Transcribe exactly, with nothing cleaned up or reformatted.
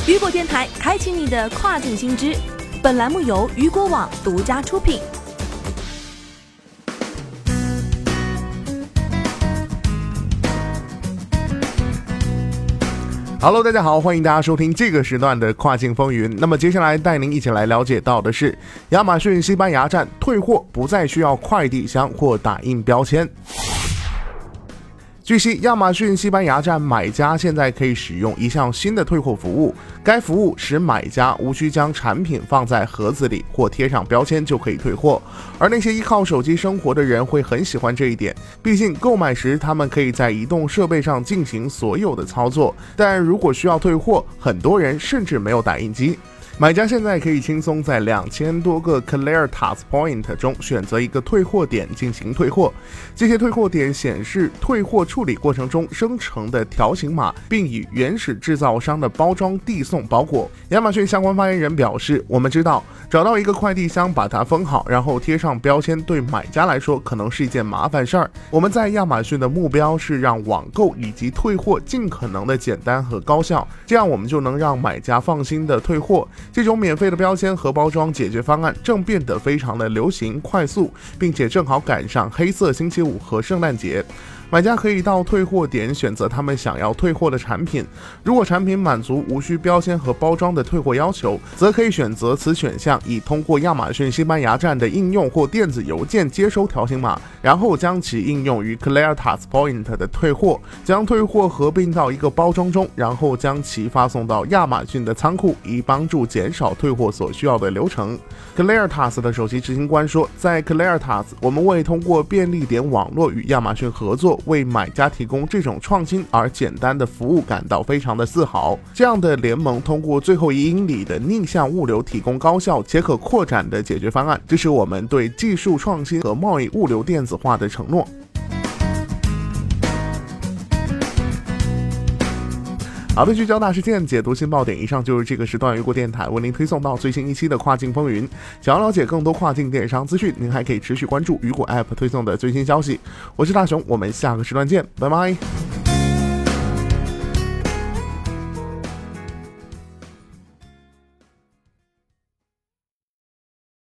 雨果电台开启你的跨境新知，本栏目由雨果网独家出品。 Hello， 大家好，欢迎大家收听这个时段的跨境风云。那么接下来带您一起来了解到的是，亚马逊西班牙站退货不再需要快递箱或打印标签。据悉，亚马逊西班牙站买家现在可以使用一项新的退货服务，该服务使买家无需将产品放在盒子里或贴上标签就可以退货，而那些依靠手机生活的人会很喜欢这一点，毕竟购买时他们可以在移动设备上进行所有的操作，但如果需要退货，很多人甚至没有打印机。买家现在可以轻松在两千多个 Cleartas Point 中选择一个退货点进行退货，这些退货点显示退货处理过程中生成的条形码，并以原始制造商的包装递送包裹。亚马逊相关发言人表示，我们知道找到一个快递箱把它封好，然后贴上标签，对买家来说可能是一件麻烦事儿。我们在亚马逊的目标是让网购以及退货尽可能的简单和高效，这样我们就能让买家放心的退货。这种免费的标签和包装解决方案正变得非常的流行快速，并且正好赶上黑色星期五和圣诞节。买家可以到退货点选择他们想要退货的产品，如果产品满足无需标签和包装的退货要求，则可以选择此选项，以通过亚马逊西班牙站的应用或电子邮件接收条形码，然后将其应用于 Cleartas Point 的退货，将退货合并到一个包装中，然后将其发送到亚马逊的仓库，以帮助减少退货所需要的流程。Cleartas 的首席执行官说，在 Cleartas 我们为通过便利点网络与亚马逊合作，为买家提供这种创新而简单的服务感到非常的自豪。这样的联盟通过最后一英里的逆向物流提供高效且可扩展的解决方案，这是我们对技术创新和贸易物流电子化的承诺。好的，聚焦大事件，解读新爆点。以上就是这个时段雨果电台为您推送到最新一期的跨境风云。想要了解更多跨境电商资讯，您还可以持续关注雨果 App 推送的最新消息。我是大熊，我们下个时段见，拜拜。